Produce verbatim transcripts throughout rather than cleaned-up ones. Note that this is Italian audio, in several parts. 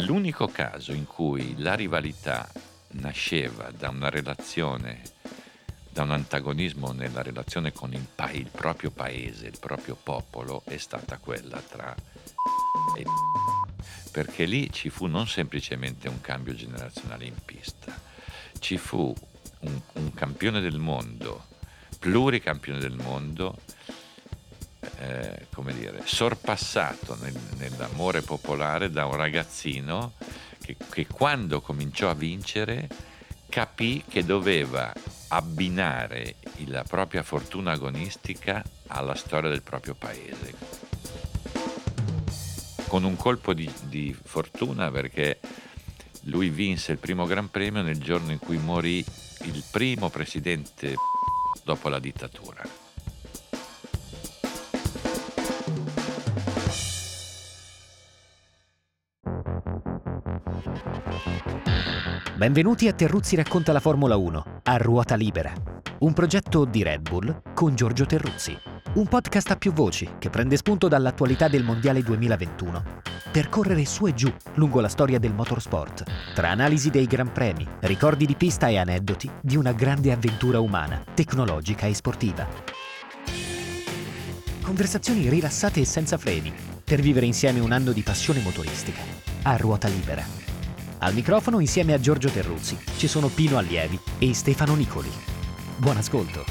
l'unico caso in cui la rivalità nasceva da una relazione, da un antagonismo nella relazione con il, pa- il proprio paese, il proprio popolo, è stata quella tra e perché lì ci fu non semplicemente un cambio generazionale in pista, ci fu un, un campione del mondo, pluricampione del mondo, eh, come dire, sorpassato nel, nell'amore popolare da un ragazzino che, che quando cominciò a vincere capì che doveva abbinare la propria fortuna agonistica alla storia del proprio paese, con un colpo di, di fortuna, perché lui vinse il primo Gran Premio nel giorno in cui morì il primo presidente dopo la dittatura. Benvenuti a Terruzzi racconta la Formula uno, a ruota libera. Un progetto di Red Bull con Giorgio Terruzzi. Un podcast a più voci che prende spunto dall'attualità del Mondiale duemilaventuno per correre su e giù lungo la storia del motorsport, tra analisi dei Gran Premi, ricordi di pista e aneddoti di una grande avventura umana, tecnologica e sportiva. Conversazioni rilassate e senza freni per vivere insieme un anno di passione motoristica, a ruota libera. Al microfono, insieme a Giorgio Terruzzi, ci sono Pino Allievi e Stefano Nicoli. Buon ascolto.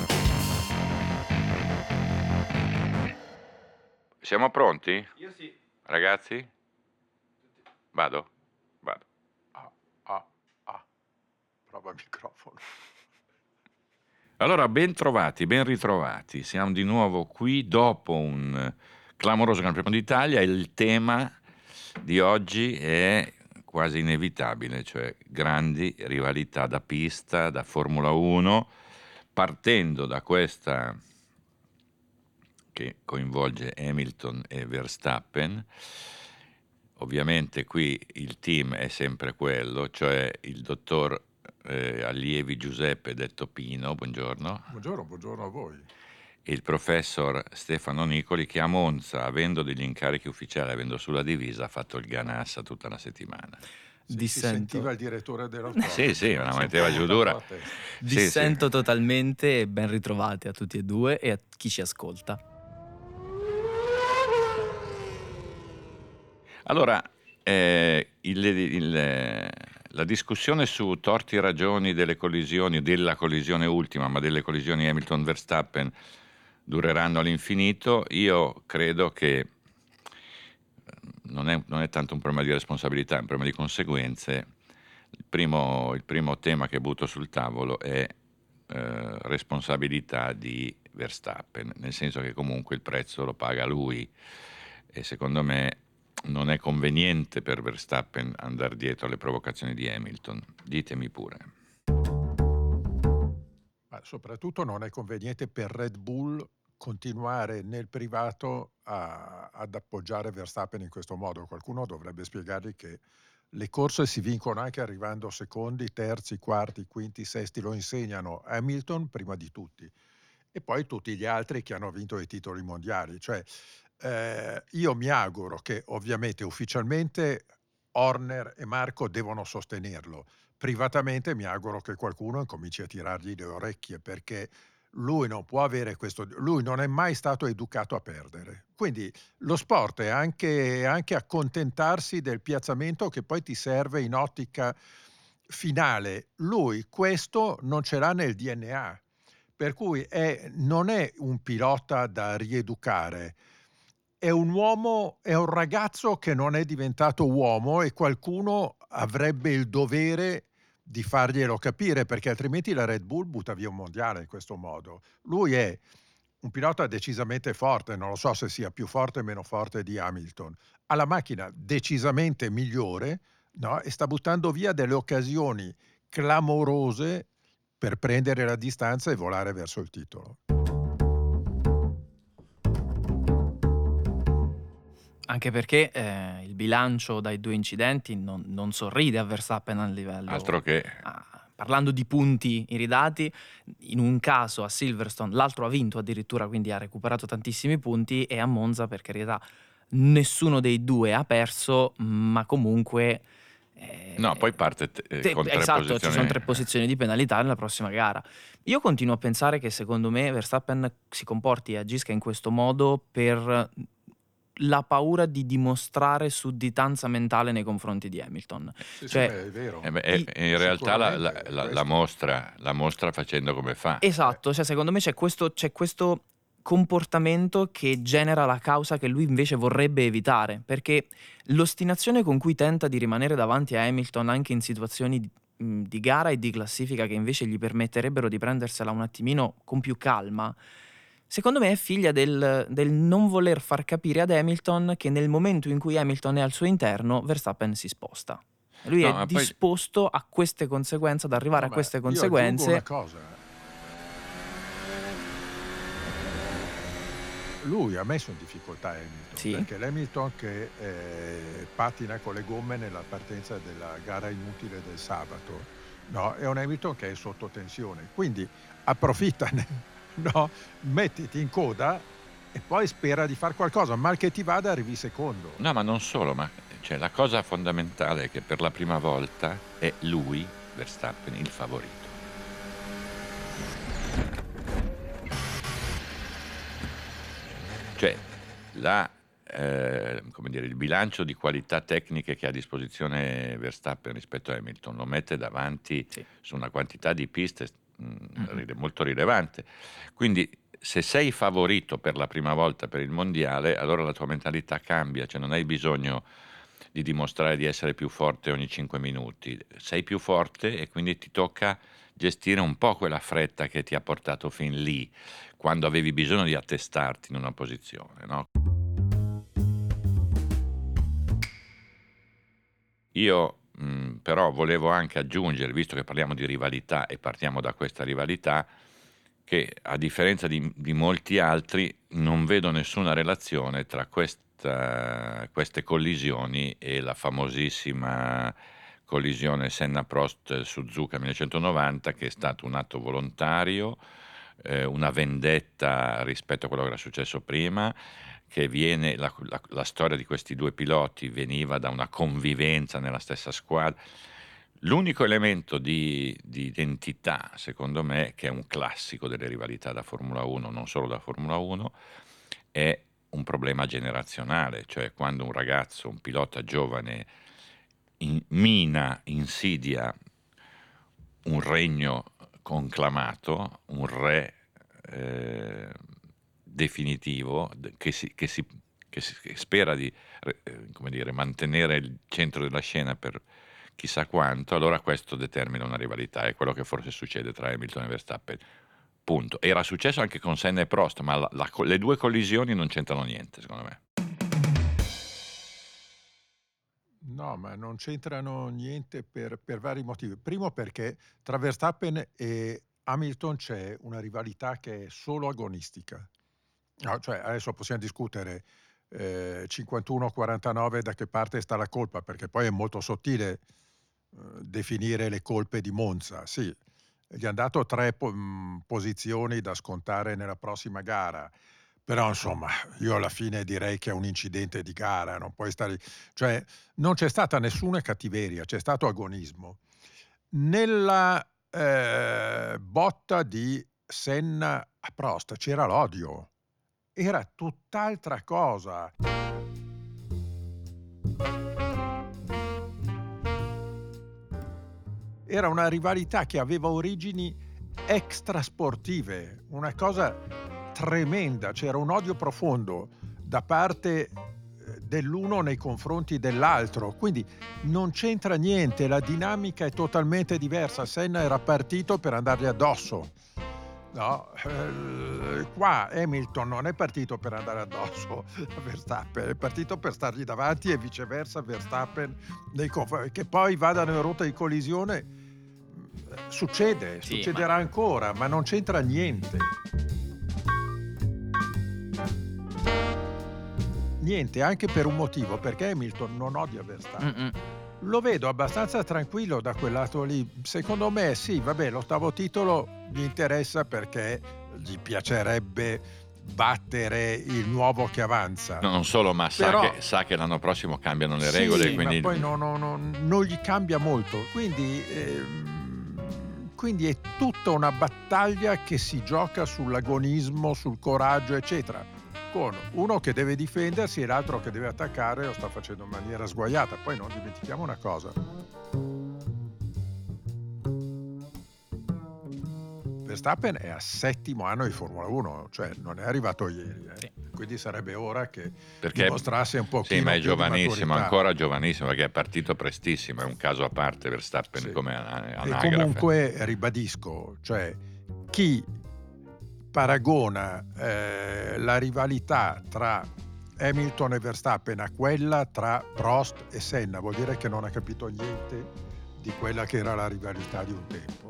Siamo pronti? Io sì. Ragazzi? Vado? Vado. Ah, ah, ah. Prova il microfono. Allora, ben trovati, ben ritrovati. Siamo di nuovo qui dopo un clamoroso Gran Premio d'Italia. Il tema di oggi è quasi inevitabile, cioè grandi rivalità da pista, da Formula uno, partendo da questa che coinvolge Hamilton e Verstappen. Ovviamente qui il team è sempre quello, cioè il dottor eh, Allievi Giuseppe detto Pino, buongiorno. Buongiorno, buongiorno a voi. E il professor Stefano Nicoli, che a Monza, avendo degli incarichi ufficiali, avendo sulla divisa, ha fatto il Ganassa tutta una settimana. Sì, si Dissento. sentiva il direttore dell'autonomo. Sì, sì, me la metteva giù dura. Dissento Sì, sì. totalmente e ben ritrovati a tutti e due e a chi ci ascolta. Allora, eh, il, il, la discussione su torti e ragioni delle collisioni, della collisione ultima, ma delle collisioni Hamilton-Verstappen, dureranno all'infinito. Io credo che non è, non è tanto un problema di responsabilità, è un problema di conseguenze. Il primo, il primo tema che butto sul tavolo è eh, responsabilità di Verstappen, nel senso che comunque il prezzo lo paga lui e secondo me non è conveniente per Verstappen andare dietro alle provocazioni di Hamilton. Ditemi pure. Ma soprattutto non è conveniente per Red Bull continuare nel privato a, ad appoggiare Verstappen in questo modo. Qualcuno dovrebbe spiegargli che le corse si vincono anche arrivando secondi, terzi, quarti, quinti, sesti, lo insegnano Hamilton prima di tutti e poi tutti gli altri che hanno vinto i titoli mondiali. Cioè, eh, io mi auguro che ovviamente ufficialmente Horner e Marco devono sostenerlo. Privatamente mi auguro che qualcuno incominci a tirargli le orecchie, perché lui non può avere questo, lui non è mai stato educato a perdere. Quindi lo sport è anche, anche accontentarsi del piazzamento che poi ti serve in ottica finale. Lui questo non ce l'ha nel D N A, per cui è, non è un pilota da rieducare. È un uomo, è un ragazzo che non è diventato uomo e qualcuno avrebbe il dovere di farglielo capire, perché altrimenti la Red Bull butta via un mondiale in questo modo. Lui è un pilota decisamente forte, non lo so se sia più forte o meno forte di Hamilton, ha la macchina decisamente migliore, no? E sta buttando via delle occasioni clamorose per prendere la distanza e volare verso il titolo. Anche perché eh, il bilancio dai due incidenti non, non sorride a Verstappen a livello... Altro che... Ah, parlando di punti iridati, in un caso a Silverstone l'altro ha vinto addirittura, quindi ha recuperato tantissimi punti, e a Monza, per carità, nessuno dei due ha perso, ma comunque eh, No, poi parte te- te- con tre esatto, ci posizioni. sono tre posizioni di penalità nella prossima gara. Io continuo a pensare che secondo me Verstappen si comporti e agisca in questo modo per la paura di dimostrare sudditanza mentale nei confronti di Hamilton. Sì, sì, Cioè, beh, è vero. Eh beh, e- I- e in realtà la, la- Sicuramente la- la questo. mostra, la mostra facendo come fa. Esatto, cioè secondo me c'è questo, c'è questo comportamento che genera la causa che lui invece vorrebbe evitare, perché l'ostinazione con cui tenta di rimanere davanti a Hamilton anche in situazioni di, mh, di gara e di classifica che invece gli permetterebbero di prendersela un attimino con più calma, secondo me è figlia del, del non voler far capire ad Hamilton che nel momento in cui Hamilton è al suo interno, Verstappen si sposta. Lui No, è ma poi- disposto a queste conseguenze, ad arrivare No, a ma queste io aggiungo conseguenze. una cosa. Lui ha messo in difficoltà Hamilton, Sì. perché l'Hamilton che eh, patina con le gomme nella partenza della gara inutile del sabato, no? È un Hamilton che è sotto tensione, quindi approfittane, no? Mettiti in coda e poi spera di fare qualcosa, mal che ti vada arrivi secondo. No, ma non solo, ma cioè, la cosa fondamentale è che per la prima volta è lui, Verstappen, il favorito. Cioè, la, eh, come dire, il bilancio di qualità tecniche che ha a disposizione Verstappen rispetto a Hamilton lo mette davanti Sì. su una quantità di piste mh, Mhm. rile- molto rilevante. Quindi se sei favorito per la prima volta per il mondiale, allora la tua mentalità cambia, cioè non hai bisogno di dimostrare di essere più forte ogni cinque minuti, sei più forte e quindi ti tocca gestire un po' quella fretta che ti ha portato fin lì, quando avevi bisogno di attestarti in una posizione, no? Io mh, però volevo anche aggiungere, visto che parliamo di rivalità e partiamo da questa rivalità, che a differenza di, di molti altri non vedo nessuna relazione tra questa, queste collisioni e la famosissima collisione Senna-Prost-Suzuka millenovecentonovanta, che è stato un atto volontario, eh, una vendetta rispetto a quello che era successo prima, che viene, la, la- la storia di questi due piloti veniva da una convivenza nella stessa squadra. L'unico elemento di, di identità, secondo me, che è un classico delle rivalità da Formula uno, non solo da Formula uno, è un problema generazionale, cioè quando un ragazzo, un pilota giovane, in- mina, insidia un regno conclamato, un re eh, definitivo d- che, si- che si- che si- che spera di eh, come dire, mantenere il centro della scena per chissà quanto, allora questo determina una rivalità, è quello che forse succede tra Hamilton e Verstappen. Punto. Era successo anche con Senna e Prost, ma la- la- le due collisioni non c'entrano niente, secondo me. No, ma non c'entrano niente per, per vari motivi. Primo perché tra Verstappen e Hamilton c'è una rivalità che è solo agonistica. No, cioè adesso possiamo discutere eh, cinquantuno quarantanove da che parte sta la colpa, perché poi è molto sottile eh, definire le colpe di Monza. Sì, gli hanno dato tre po- mh, posizioni da scontare nella prossima gara. Però insomma, io alla fine direi che è un incidente di gara, non puoi stare. Cioè, non c'è stata nessuna cattiveria, c'è stato agonismo. Nella eh, botta di Senna a Prost c'era l'odio, era tutt'altra cosa. Era una rivalità che aveva origini extrasportive, una cosa tremenda, c'era un odio profondo da parte eh, dell'uno nei confronti dell'altro, quindi non c'entra niente, la dinamica è totalmente diversa. Senna era partito per andargli addosso, no? Eh, qua Hamilton non è partito per andare addosso a Verstappen, è partito per stargli davanti e viceversa Verstappen nei conf- che poi vadano in rotta di collisione eh, succede, Sì, succederà ancora, ma non c'entra niente. Niente, anche per un motivo, perché Hamilton non odia Verstappen. Mm-mm. Lo vedo abbastanza tranquillo da quel lato lì. Secondo me sì, vabbè, l'ottavo titolo gli interessa perché gli piacerebbe battere il nuovo che avanza. No, non solo, ma sa, Però- che, sa che l'anno prossimo cambiano le Sì, regole, ma quindi poi no- no- no- non gli cambia molto. Quindi, ehm, quindi è tutta una battaglia che si gioca sull'agonismo, sul coraggio, eccetera, con uno che deve difendersi e l'altro che deve attaccare, lo sta facendo in maniera sguaiata. Poi non dimentichiamo una cosa. Verstappen è a settimo anno di Formula uno, cioè non è arrivato ieri, eh. Sì. Quindi sarebbe ora che perché dimostrasse un pochino sì, ma è più di giovanissimo, maturità. ancora giovanissimo, perché è partito prestissimo, è un caso a parte Verstappen Sì. come ana- E anagrafe. comunque ribadisco, cioè chi paragona eh, la rivalità tra Hamilton e Verstappen a quella tra Prost e Senna vuol dire che non ha capito niente di quella che era la rivalità di un tempo.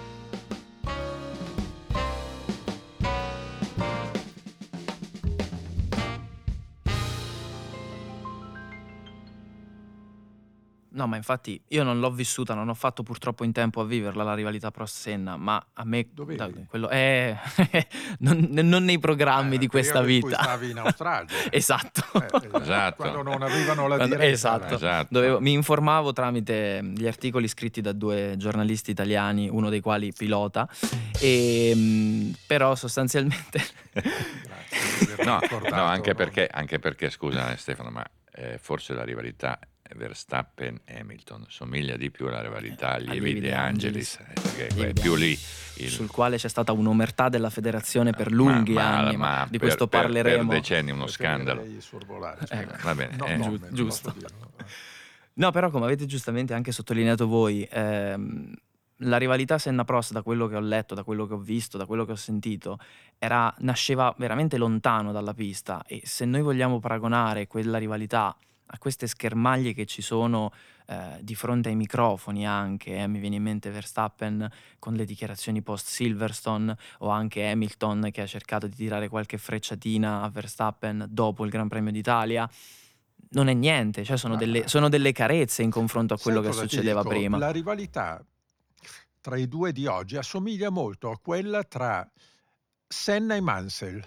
No, ma infatti io non l'ho vissuta, non ho fatto purtroppo in tempo a viverla la rivalità Prost-Senna, ma a me Dovevi? da- quello è non, non nei programmi Eh, di il questa periodo in cui vita. stavi in Australia. Esatto. Eh, Esatto. Quando non avevano la Quando- diretta. esatto. Esatto. Dovevo- mi informavo tramite gli articoli scritti da due giornalisti italiani, uno dei quali pilota, e, mh, però sostanzialmente Grazie di avermi No, ricordato, no, anche no? perché, anche perché, scusa eh, Stefano, ma eh, forse la rivalità Verstappen-Hamilton somiglia di più alla rivalità Agli Lievi Lievi De De Angelis, Angelis. eh, perché Lievi è De più lì il- sul quale c'è stata un'omertà della federazione per ma- lunghi ma- anni, ma ma di per- questo per- parleremo. per decenni uno Preferirei scandalo. sorvolare, Eh, scusa. va bene, No, eh. no, Giu- non giusto. posso dirlo. No, però come avete giustamente anche sottolineato voi, ehm, la rivalità Senna-Prost, da quello che ho letto, da quello che ho visto, da quello che ho sentito, era, nasceva veramente lontano dalla pista, e se noi vogliamo paragonare quella rivalità a queste schermaglie che ci sono eh, di fronte ai microfoni anche, eh, mi viene in mente Verstappen con le dichiarazioni post Silverstone, o anche Hamilton che ha cercato di tirare qualche frecciatina a Verstappen dopo il Gran Premio d'Italia. Non è niente, cioè sono Ma- delle, sono delle carezze in confronto a quello Sai che cosa ti succedeva dico? prima. La rivalità tra i due di oggi assomiglia molto a quella tra Senna e Mansell.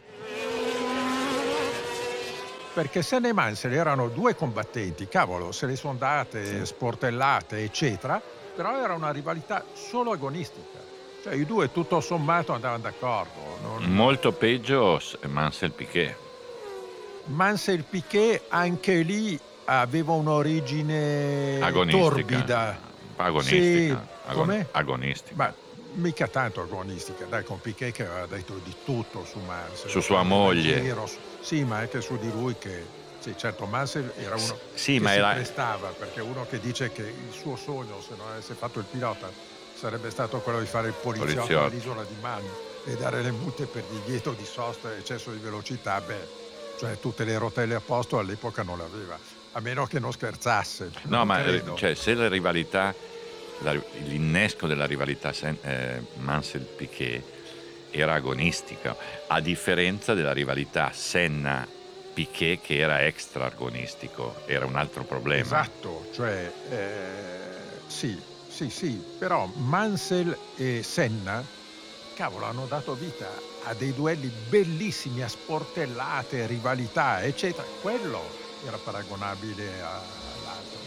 Perché Senna e Mansell erano due combattenti, cavolo, se le sono date, sportellate, eccetera, però era una rivalità solo agonistica. Cioè i due tutto sommato andavano d'accordo. non- Molto peggio s- Mansell-Piquet. Mansell Piquet anche lì aveva un'origine Agonistica. torbida. Agonistica. Sì, agon- come? agonistica. Ma mica tanto agonistica, dai, con Piquet che aveva detto di tutto su Mansell. Su sua Prendeva moglie. in giro, su- sì, ma anche su di lui che... Sì, certo, Mansell era uno S- sì, che ma si era- prestava, perché uno che dice che il suo sogno, se non avesse fatto il pilota, sarebbe stato quello di fare il poliziotto, Poliziotto. all'isola di Man e dare le multe per divieto di sosta e eccesso di velocità, beh, cioè tutte le rotelle a posto all'epoca non le aveva, a meno che non scherzasse. No, non ma eh, credo. cioè, se la rivalità, la- l'innesco della rivalità Sen- eh, Mansell-Piquet era agonistica, a differenza della rivalità Senna-Piquet che era extra agonistico, era un altro problema. Esatto, cioè eh, sì, sì, sì, però Mansell e Senna, cavolo, hanno dato vita a dei duelli bellissimi, a sportellate, rivalità, eccetera. Quello era paragonabile a- all'altro.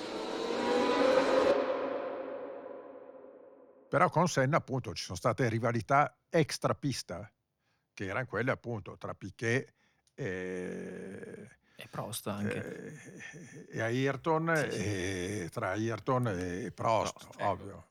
Però con Senna, appunto, ci sono state rivalità extra pista, che erano quelle appunto tra Piquet e... E Prost anche. Eh, e Ayrton, Sì, sì. e tra Ayrton e Prost, Prost, ecco. ovvio.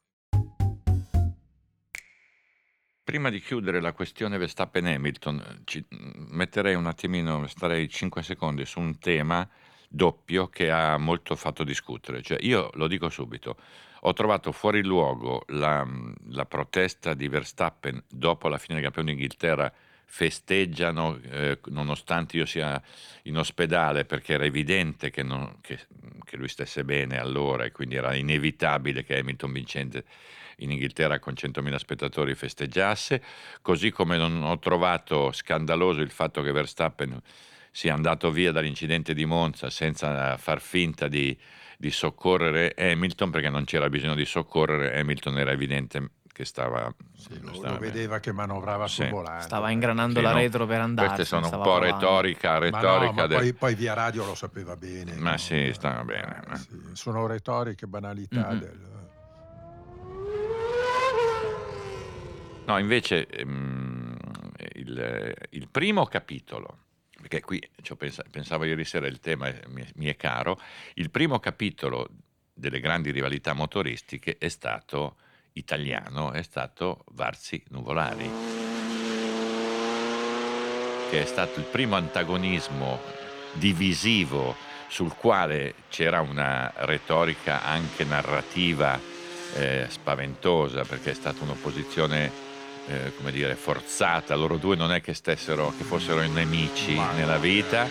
Prima di chiudere la questione Verstappen-Hamilton, ci metterei un attimino, starei cinque secondi su un tema doppio che ha molto fatto discutere. Cioè, io lo dico subito, ho trovato fuori luogo la, la protesta di Verstappen dopo la fine del Gran Premio d'Inghilterra. Festeggiano eh, nonostante io sia in ospedale, perché era evidente che, non, che, che lui stesse bene allora e quindi era inevitabile che Hamilton vincente in Inghilterra con centomila spettatori festeggiasse, così come non ho trovato scandaloso il fatto che Verstappen sia andato via dall'incidente di Monza senza far finta di, di soccorrere Hamilton, perché non c'era bisogno di soccorrere, Hamilton era evidente che stava, Sì, lo, stava lo bene. vedeva che manovrava sul Sì. volante. Stava ingranando Sì, la no, retro per andarsene. queste sono un stava po' provando. retorica, Ma no, retorica ma del- poi, poi via radio lo sapeva bene. Ma no? sì, stava bene, Eh, eh. sì, sono retoriche, banalità Mm-mm. del... No, invece ehm, il, il primo capitolo, perché qui ci ho pensa- pensavo ieri sera, il tema è- mi, mi è caro, il primo capitolo delle grandi rivalità motoristiche è stato italiano, è stato Varzi Nuvolari, che è stato il primo antagonismo divisivo sul quale c'era una retorica anche narrativa eh, spaventosa, perché è stata un'opposizione eh, come dire, forzata. Loro due non è che stessero, che fossero nemici Ma no, nella vita,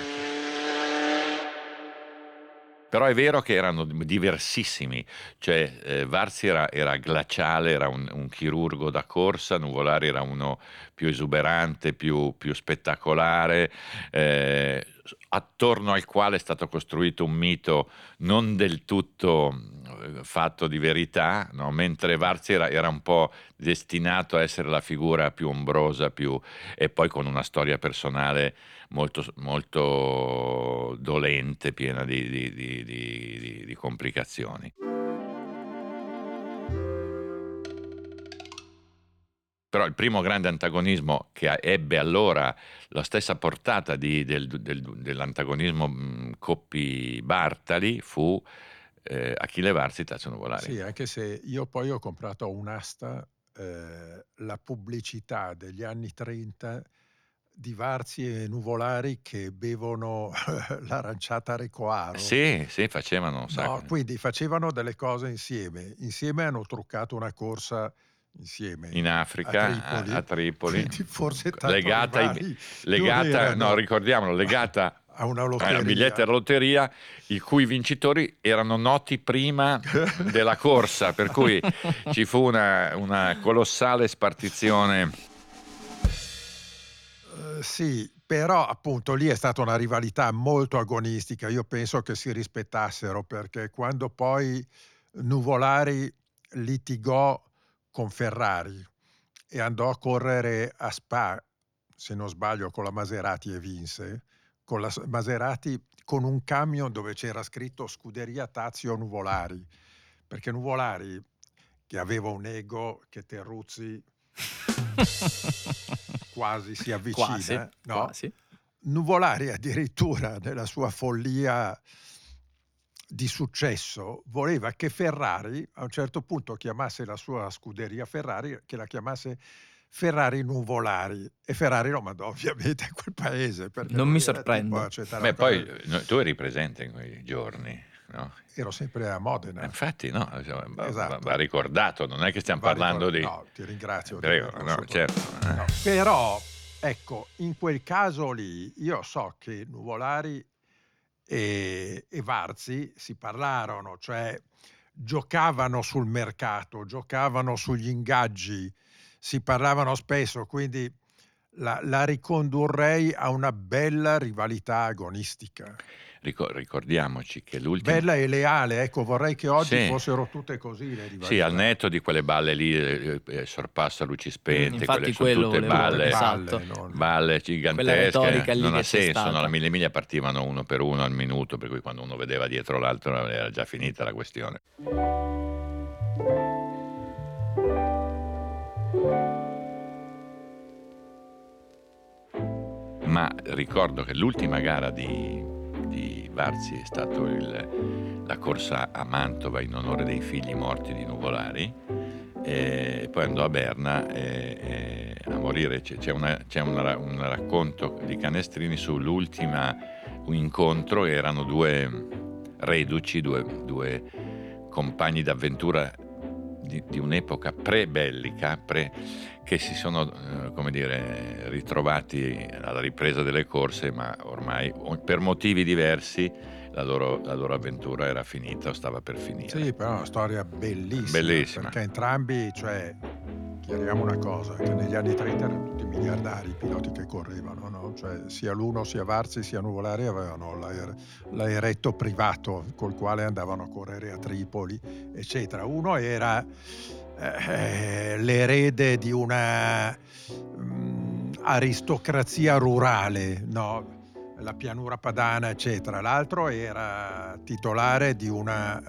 però è vero che erano diversissimi, cioè eh, Varzi era, era glaciale, era un, un chirurgo da corsa, Nuvolari era uno più esuberante, più, più spettacolare, eh, attorno al quale è stato costruito un mito non del tutto eh, fatto di verità, no? Mentre Varzi era, era un po' destinato a essere la figura più ombrosa, più, e poi con una storia personale molto, molto dolente, piena di, di, di, di, di complicazioni. Però il primo grande antagonismo che ebbe allora la stessa portata di, del, del, dell'antagonismo mh, Coppi-Bartali fu eh, Achille Varzi, Tazio Nuvolari. Sì, anche se io poi ho comprato un'asta, eh, la pubblicità degli anni trenta di Varzi e Nuvolari che bevono l'aranciata Recoaro. Sì, sì, facevano un sacco. No, quindi facevano delle cose insieme. Insieme hanno truccato una corsa insieme in Africa, a Tripoli, a, a Tripoli. quindi forse tanto legata, ai- rivali legata non erano no, ricordiamolo, legata a una a lotteria. un biglietto della lotteria, i cui vincitori erano noti prima della corsa, per cui ci fu una, una colossale spartizione. Uh, sì, però appunto lì è stata una rivalità molto agonistica. Io penso che si rispettassero, perché quando poi Nuvolari litigò con Ferrari e andò a correre a Spa, se non sbaglio, con la Maserati e vinse, con la Maserati con un camion dove c'era scritto Scuderia Tazio Nuvolari, perché Nuvolari, che aveva un ego che Terruzzi quasi si avvicina, Quasi, no? quasi. Nuvolari addirittura nella sua follia di successo voleva che Ferrari a un certo punto chiamasse la sua scuderia Ferrari, che la chiamasse Ferrari Nuvolari, e Ferrari lo mandò ovviamente a quel paese, perché Non lui mi era sorprendo. tipo accettare Beh, la cosa. poi no, tu eri presente in quei giorni, no? Ero sempre a Modena. Infatti, no, insomma, va, Esatto. va- va ricordato, non è che stiamo Va parlando di... ricordato. No, ti ringrazio. di Prego, averlo no, sottolineato. certo. eh. No, però, ecco, in quel caso lì, io so che Nuvolari e, e Varzi si parlarono, cioè giocavano sul mercato, giocavano sugli ingaggi, si parlavano spesso, quindi la, la ricondurrei a una bella rivalità agonistica. Ricor- ricordiamoci che l'ultima... Bella e leale, ecco, vorrei che oggi Sì. fossero tutte così le rivalità. Sì, al netto di quelle balle lì, eh, eh, sorpassa luci spente, Mm, infatti quelle sono quello tutte volevo- balle, esatto. non- balle Quella retorica gigantesche, lì non che ha c'è senso, stata. no? Le mille miglia partivano uno per uno al minuto, per cui quando uno vedeva dietro l'altro era già finita la questione. Ma ricordo che l'ultima gara di, di Varzi è stato il, la corsa a Mantova in onore dei figli morti di Nuvolari, e poi andò a Berna e, e a morire. C'è, c'è, una, c'è una, un racconto di Canestrini sull'ultima un incontro, erano due reduci, due, due compagni d'avventura di, di un'epoca pre-bellica, pre, che si sono, eh, come dire, ritrovati alla ripresa delle corse, ma ormai per motivi diversi la loro, la loro avventura era finita o stava per finire. Sì, però è una storia bellissima, Bellissima. perché entrambi, cioè, chiariamo una cosa, che negli anni trenta erano tutti miliardari i piloti che correvano, no? Cioè, sia l'uno, sia Varzi, sia Nuvolari avevano l'aer- l'aeretto privato col quale andavano a correre a Tripoli, eccetera. Uno era eh, l'erede di una mh, aristocrazia rurale, no? La pianura padana, eccetera. L'altro era titolare di una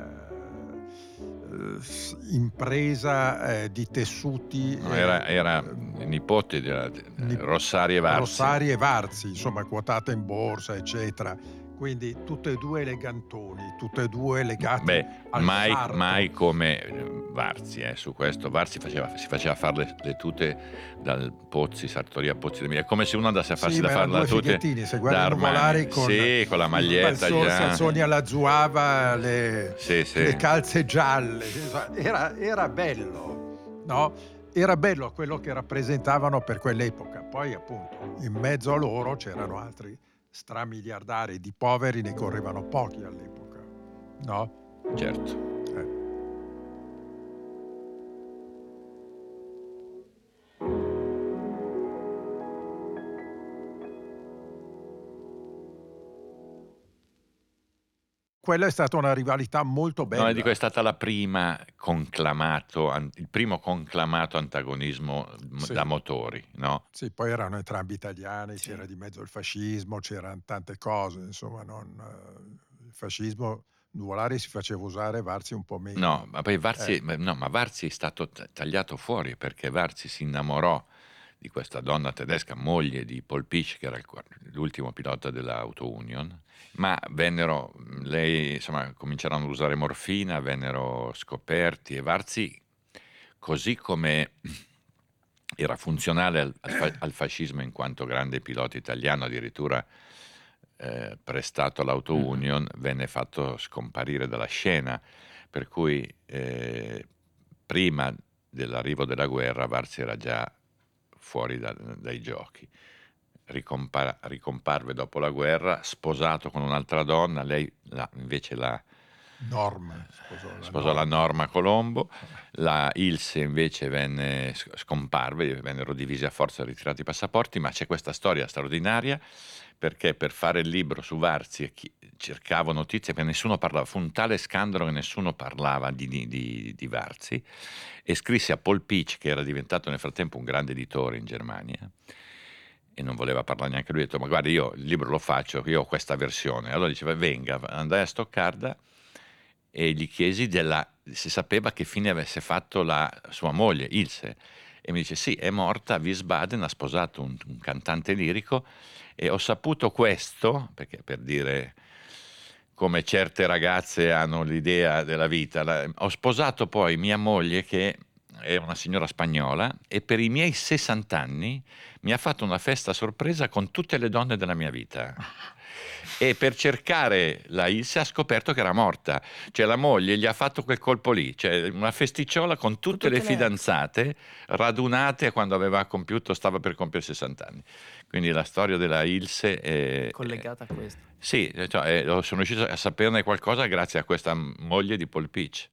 eh, impresa eh, di tessuti. No, era, eh, era nipote di Nip- Rossari e Varzi. Rossari e Varzi, insomma, quotata in borsa, eccetera. Quindi tutte e due elegantoni, tutte e due legati Beh, al mai, sarto. mai come Varzi, eh, su questo. Varzi faceva, si faceva fare le, le tute dal Pozzi, Sartoria Pozzi. È come se uno andasse a farsi Sì, da ma fare erano la due tute fighettini, se da guardi i Armani. nuvolari con, Sì, con la i maglietta calzoni- già. calzoni alla zuava, le, Sì, sì. le calze gialle. Era, era bello, no? Era bello quello che rappresentavano per quell'epoca. Poi, appunto, in mezzo a loro c'erano altri stramiliardari, di poveri ne correvano pochi all'epoca, no? Certo. Eh. Quella è stata una rivalità molto bella. No, dico, è stata la prima conclamato, an- il primo conclamato antagonismo m- Sì. da motori, no? Sì, poi erano entrambi italiani, Sì. c'era di mezzo il fascismo, c'erano tante cose, insomma, non, eh, il fascismo, Nuvolari si faceva usare, Varzi un po' meno. No, ma poi Varzi, Eh. ma- no, ma Varzi è stato t- tagliato fuori perché Varzi si innamorò di questa donna tedesca, moglie di Paul Piech, che era il qua- l'ultimo pilota dell'Auto Union, ma vennero, lei, insomma, cominciarono ad usare morfina, vennero scoperti e Varzi, così come era funzionale al, al fa- al fascismo in quanto grande pilota italiano, addirittura eh, prestato all'Auto Mhm. Union, venne fatto scomparire dalla scena, per cui eh, prima dell'arrivo della guerra Varzi era già fuori da- dai giochi. Ricompa- ricomparve dopo la guerra, sposato con un'altra donna, lei la- invece la Norma, sposò la sposò la Norma. Norma Colombo, la Ilse invece venne, scomparve, vennero divisi a forza, ritirati i passaporti, ma c'è questa storia straordinaria perché per fare il libro su Varzi chi- cercavo notizie, perché nessuno parlava, fu un tale scandalo che nessuno parlava di, di- di- di Varzi, e scrisse a Paul Piech, che era diventato nel frattempo un grande editore in Germania, e non voleva parlare neanche lui, ha detto, ma guarda, io il libro lo faccio, io ho questa versione. Allora diceva, venga, andai a Stoccarda e gli chiesi della, se sapeva che fine avesse fatto la sua moglie, Ilse, e mi dice, sì, è morta a Wiesbaden, ha sposato un, un cantante lirico, e ho saputo questo, perché per dire come certe ragazze hanno l'idea della vita, la- ho sposato poi mia moglie che è una signora spagnola e per i miei sessanta anni mi ha fatto una festa a sorpresa con tutte le donne della mia vita. E per cercare la Ilse ha scoperto che era morta, cioè la moglie gli ha fatto quel colpo lì, cioè una festicciola con tutte, tutte le le ex. fidanzate radunate quando aveva compiuto, stava per compiere sessanta anni. Quindi la storia della Ilse è Collegata a questo. sì, cioè, eh, sono riuscito a saperne qualcosa grazie a questa moglie di Paul Piech.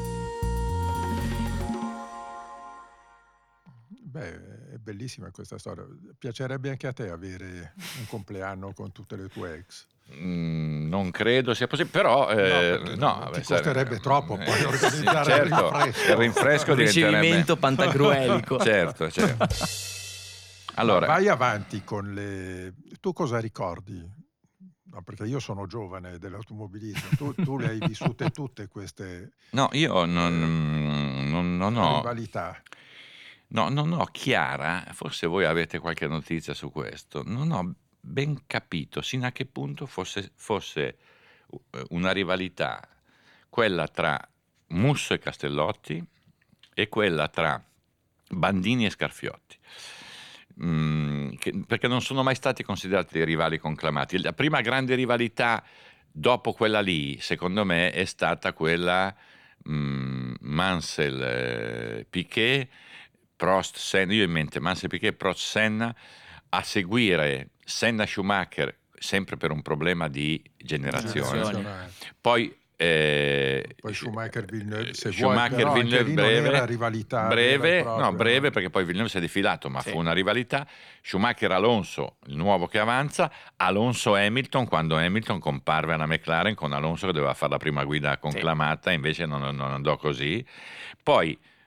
Beh, è bellissima questa storia. Piacerebbe anche a te avere un compleanno con tutte le tue ex. Mm, non credo sia possibile, però eh, perché no, ti beh, costerebbe sare- troppo poi eh, organizzare sì, il certo, rinfresco. il rinfresco Un diventerebbe ricevimento pantagruelico. certo, certo. Ma Allora, vai avanti con le... Tu cosa ricordi? No, perché io sono giovane dell'automobilismo. Tu, tu le hai vissute tutte queste no, io eh, non, non, non ho rivalità. no, non ho chiara, forse voi avete qualche notizia su questo, non ho ben capito sino a che punto fosse, fosse eh, una rivalità, quella tra Musso e Castellotti e quella tra Bandini e Scarfiotti. Mm, che- perché non sono mai stati considerati dei rivali conclamati. La prima grande rivalità dopo quella lì, secondo me, è stata quella mm, Mansell eh, Piquet, Prost Senna. Io ho in mente Mansell Piquet, Prost Senna, a seguire Senna Schumacher, sempre per un problema di generazione. Generazione. Poi eh, Poi Schumacher Villeneuve, se vuoi, Schumacher però anche Villeneuve lì non breve, era rivalità vera breve, e propria, no, breve no? perché poi Villeneuve si è defilato, ma Sì. fu una rivalità. Schumacher Alonso, il nuovo che avanza, Alonso Hamilton, quando Hamilton comparve alla McLaren con Alonso che doveva fare la prima guida conclamata, invece non, non andò così. Poi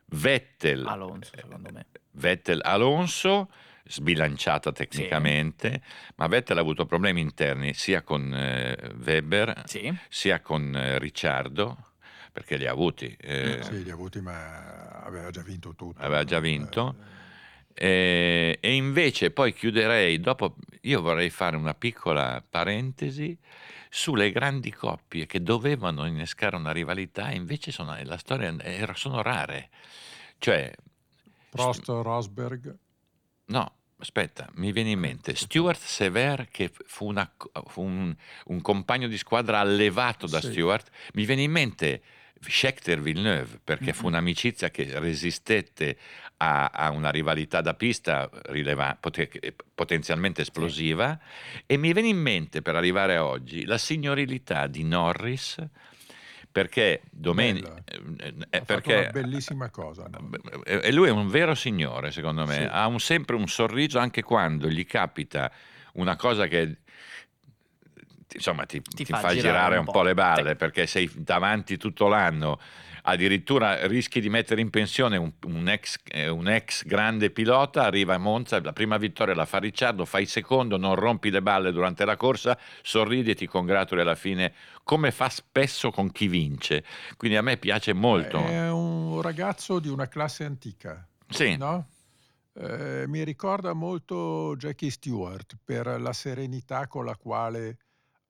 Vettel, Alonso, secondo me. Vettel Alonso, sbilanciata tecnicamente, sì. Ma Vettel ha avuto problemi interni sia con eh, Weber, sì. sia con eh, Ricciardo, perché li ha avuti. Eh, sì, li ha avuti, ma aveva già vinto tutto. Aveva già vinto. Eh... E, e invece poi chiuderei, dopo io vorrei fare una piccola parentesi sulle grandi coppie che dovevano innescare una rivalità e invece sono, la storia sono rare. Cioè, Prost, Rosberg. No, aspetta, mi viene in mente Stewart Sever, che fu, una, fu un, un compagno di squadra allevato da sì. Stewart. Mi viene in mente Scheckter Villeneuve, perché mm-hmm. fu un'amicizia che resistette a, a una rivalità da pista rileva, poten, potenzialmente esplosiva, sì. E mi viene in mente, per arrivare a oggi, la signorilità di Norris, perché domenica eh, perché una bellissima cosa, no? E lui è un vero signore, secondo me, sì. Ha un, sempre un sorriso anche quando gli capita una cosa che insomma ti, ti, ti fa, fa girare, girare un po', po' le balle, sì. Perché sei davanti tutto l'anno, addirittura rischi di mettere in pensione un, un, ex, un ex grande pilota, arriva a Monza, la prima vittoria la fa Ricciardo, fai secondo, non rompi le balle durante la corsa, sorridi e ti congratuli alla fine, come fa spesso con chi vince. Quindi a me piace molto. È un ragazzo di una classe antica, sì. No? Eh, mi ricorda molto Jackie Stewart per la serenità con la quale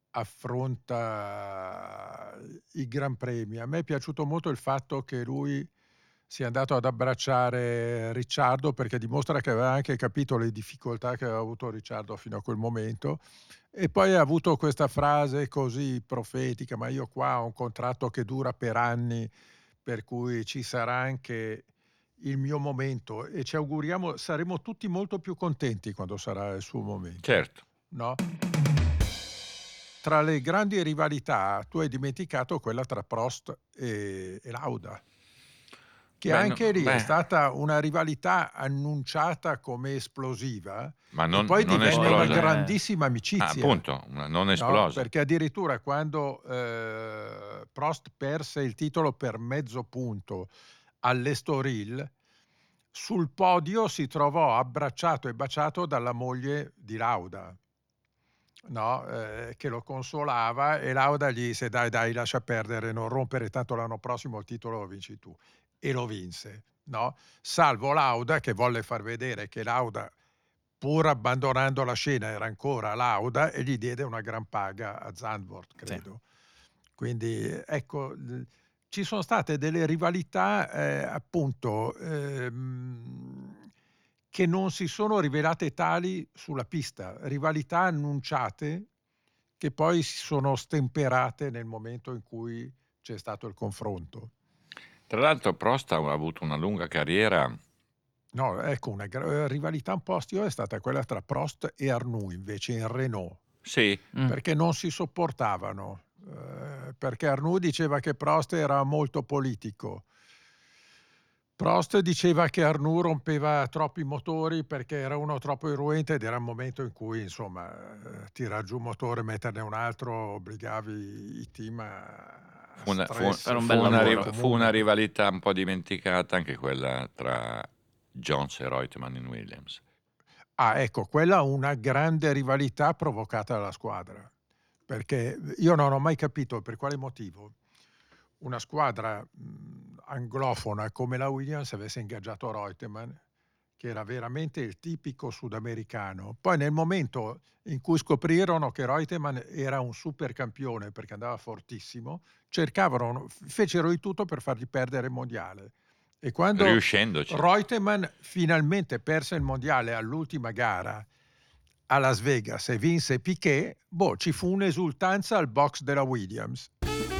affronta i Gran Premi. A me è piaciuto molto il fatto che lui sia andato ad abbracciare Ricciardo, perché dimostra che aveva anche capito le difficoltà che aveva avuto Ricciardo fino a quel momento, e poi ha avuto questa frase così profetica: ma io qua ho un contratto che dura per anni, per cui ci sarà anche il mio momento e ci auguriamo, saremo tutti molto più contenti quando sarà il suo momento. Certo. No? Tra le grandi rivalità tu hai dimenticato quella tra Prost e, e Lauda, che beh, anche no, lì beh. è stata una rivalità annunciata come esplosiva, ma non, e poi non divenne esplosa. una grandissima amicizia. Ah, appunto, non esplosa. No? Perché addirittura quando eh, Prost perse il titolo per mezzo punto all'Estoril, sul podio si trovò abbracciato e baciato dalla moglie di Lauda. No, eh, che lo consolava, e Lauda gli disse: dai dai lascia perdere, non rompere, tanto l'anno prossimo il titolo lo vinci tu, e lo vinse, no? Salvo Lauda, che volle far vedere che Lauda, pur abbandonando la scena, era ancora Lauda, e gli diede una gran paga a Zandvoort, credo. Sì. Quindi ecco, ci sono state delle rivalità eh, appunto ehm, che non si sono rivelate tali sulla pista, rivalità annunciate che poi si sono stemperate nel momento in cui c'è stato il confronto. Tra l'altro Prost ha avuto una lunga carriera. No, ecco, una gra- rivalità un po' ostiva è stata quella tra Prost e Arnoux, invece in Renault. Sì. Perché non si sopportavano, eh, perché Arnoux diceva che Prost era molto politico. Prost diceva che Arnoux rompeva troppi motori perché era uno troppo irruente, ed era un momento in cui, insomma, tirar giù un motore, metterne un altro, obbligavi i team a fu una, stress. fu, un fu, una, ri- fu una rivalità un po' dimenticata, anche quella tra Jones e Reutemann in Williams. Ah, ecco, quella una grande rivalità provocata dalla squadra, perché io non ho mai capito per quale motivo una squadra mh, anglofona come la Williams avesse ingaggiato Reutemann, che era veramente il tipico sudamericano. Poi nel momento in cui scoprirono che Reutemann era un super campione perché andava fortissimo, cercavano, fecero di tutto per fargli perdere il mondiale. E quando riuscendoci, Reutemann finalmente perse il mondiale all'ultima gara a Las Vegas e vinse Piquet, boh, ci fu un'esultanza al box della Williams.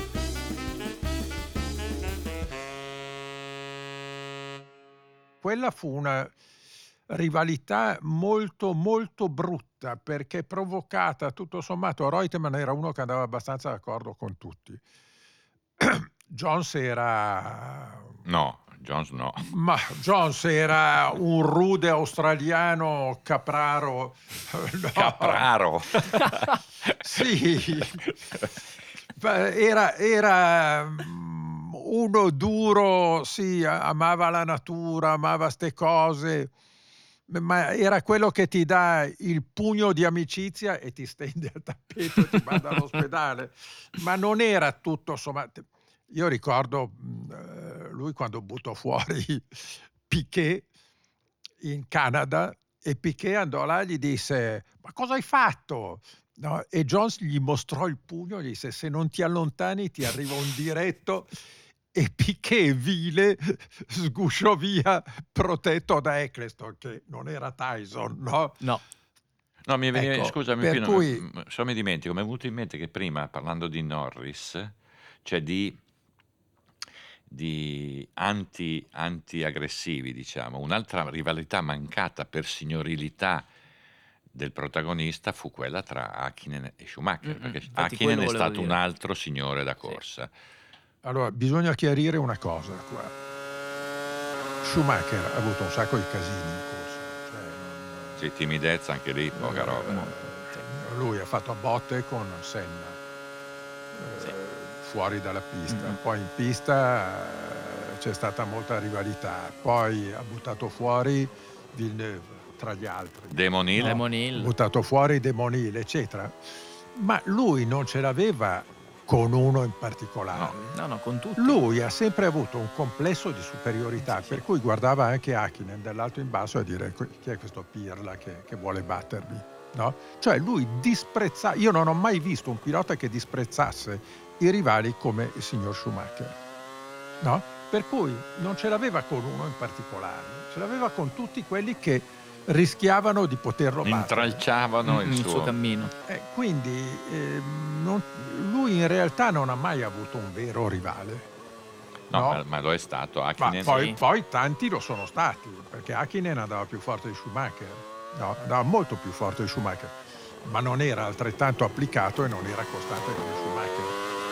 Quella fu una rivalità molto molto brutta, perché provocata, tutto sommato, Reutemann era uno che andava abbastanza d'accordo con tutti. Jones era... No, Jones no. Ma Jones era un rude australiano capraro. No. Capraro? Sì. Era, era uno duro, sì, amava la natura, amava ste cose, ma era quello che ti dà il pugno di amicizia e ti stende al tappeto e ti manda all'ospedale. Ma non era tutto sommato. Io ricordo mh, lui quando buttò fuori Piquet in Canada, e Piquet andò là e gli disse: ma cosa hai fatto? No? E Jones gli mostrò il pugno, gli disse: se non ti allontani ti arriva un diretto. E Piquet vile sgusciò via, protetto da Eccleston, che non era Tyson, no? No. No, mi veniva, Ecco, scusami, per Pino, cui- m- se mi dimentico, mi è venuto in mente che prima, parlando di Norris, cioè di, di anti, anti-aggressivi, diciamo, un'altra rivalità mancata per signorilità del protagonista fu quella tra Hakkinen e Schumacher, Mm-mm, perché infatti Hakkinen quello è volevo stato un dire. altro signore da Sì. corsa. Allora, bisogna chiarire una cosa qua. Schumacher ha avuto un sacco di casini in corsa. Cioè, non- Sì, timidezza anche lì, poca Eh, roba. Molto, sì. Lui ha fatto a botte con Senna, eh, Sì. fuori dalla pista. Mhm. Poi in pista eh, c'è stata molta rivalità. Poi ha buttato fuori Villeneuve, tra gli altri. Damon Hill? Damon Ha Hill. buttato fuori Damon Hill, eccetera. Ma lui non ce l'aveva con uno in particolare. No, no, con tutti. Lui ha sempre avuto un complesso di superiorità, Sì, sì. per cui guardava anche Hakkinen dall'alto in basso a dire: chi è questo pirla che, che vuole battermi? No? Cioè lui disprezza. Io non ho mai visto un pilota che disprezzasse i rivali come il signor Schumacher, no? Per cui non ce l'aveva con uno in particolare, ce l'aveva con tutti quelli che rischiavano di poterlo battere. Intralciavano il il suo... suo cammino. Eh, quindi ehm, non- lui in realtà non ha mai avuto un vero rivale. No, No? Ma, ma lo è stato. Ma Hakkinen poi, sì. poi tanti lo sono stati, perché Hakkinen andava più forte di Schumacher, no, andava molto più forte di Schumacher, ma non era altrettanto applicato e non era costante come Schumacher.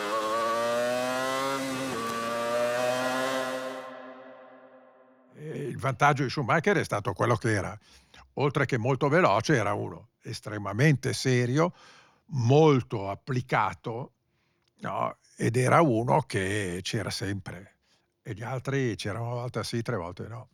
E il vantaggio di Schumacher è stato quello che era, oltre che molto veloce, era uno estremamente serio, molto applicato, no? Ed era uno che c'era sempre, e gli altri c'erano una volta sì, tre volte no.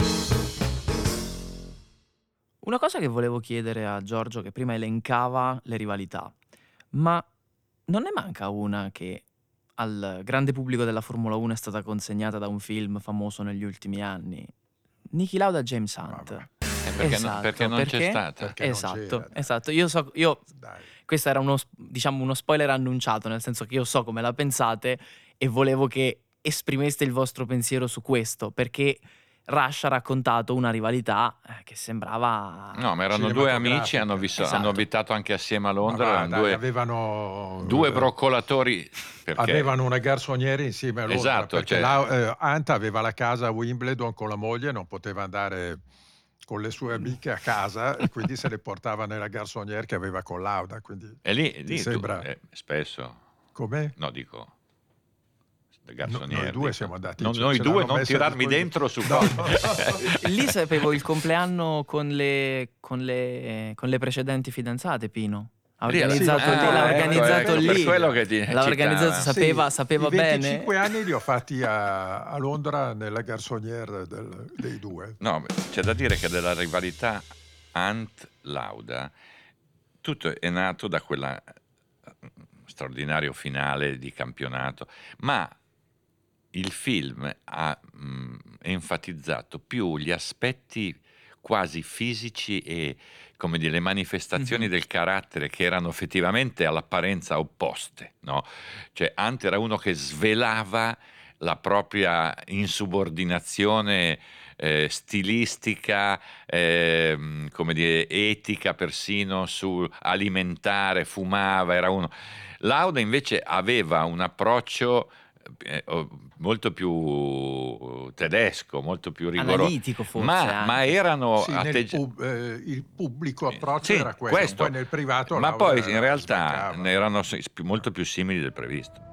Una cosa che volevo chiedere a Giorgio, che prima elencava le rivalità, ma non ne manca una che al grande pubblico della Formula uno è stata consegnata da un film famoso negli ultimi anni? Niki Lauda e James Hunt. Vabbè. Eh, perché, Esatto, non, perché non perché? c'è stata. Perché non Esatto, c'era, dai. esatto. Io so, io Dai. questo era uno, sp- diciamo, uno spoiler annunciato, nel senso che io so come la pensate e volevo che esprimeste il vostro pensiero su questo, perché Rush ha raccontato una rivalità eh, che sembrava... No, ma erano due amici, Cinematografica. hanno, visto- Esatto. hanno abitato anche assieme a Ma Londra, va, erano dai, due, avevano, due eh, broccolatori. Perché? avevano una garçonniere insieme a Londra, Esatto, perché cioè- la- eh, Hunt aveva la casa a Wimbledon con la moglie, non poteva andare con le sue amiche a casa e quindi se le portava nella garçonniere che aveva con Lauda. Quindi E lì, ti lì tu- sembra eh, spesso, com'è? no dico, No- garçonniere, noi due dico. siamo andati, Non- ce- noi ce due l'hanno non messa a tirarmi dentro su disposizione. cose. No. Lì sapevo il compleanno con le, con le, con le precedenti fidanzate, Pino. Ha Lì- organizzato sì, lì, ah, l'ha ecco, organizzato ecco, per lì. quello che ti L'ha organizzato, citava. sapeva, Sì, sapeva i venticinque bene. anni li ho fatti a, a Londra nella garçonniere del- dei due. No, c'è da dire che della rivalità Hunt-Lauda tutto è nato da quella straordinario finale di campionato, ma il film ha mh, enfatizzato più gli aspetti quasi fisici e come dire, le manifestazioni Mhm. del carattere che erano effettivamente all'apparenza opposte, no? Cioè Hunt era uno che svelava la propria insubordinazione eh, stilistica, ehm, come dire, etica persino su alimentare, fumava, era uno. Lauda invece aveva un approccio eh, oh, molto più tedesco, molto più rigoroso, Analitico forse ma, anche. ma erano Sì, nel atteggi- pub- eh, il pubblico approccio Sì, era questo, questo. poi nel privato ma Lauda poi in realtà sbaccava. ne erano si- più- molto più simili del previsto.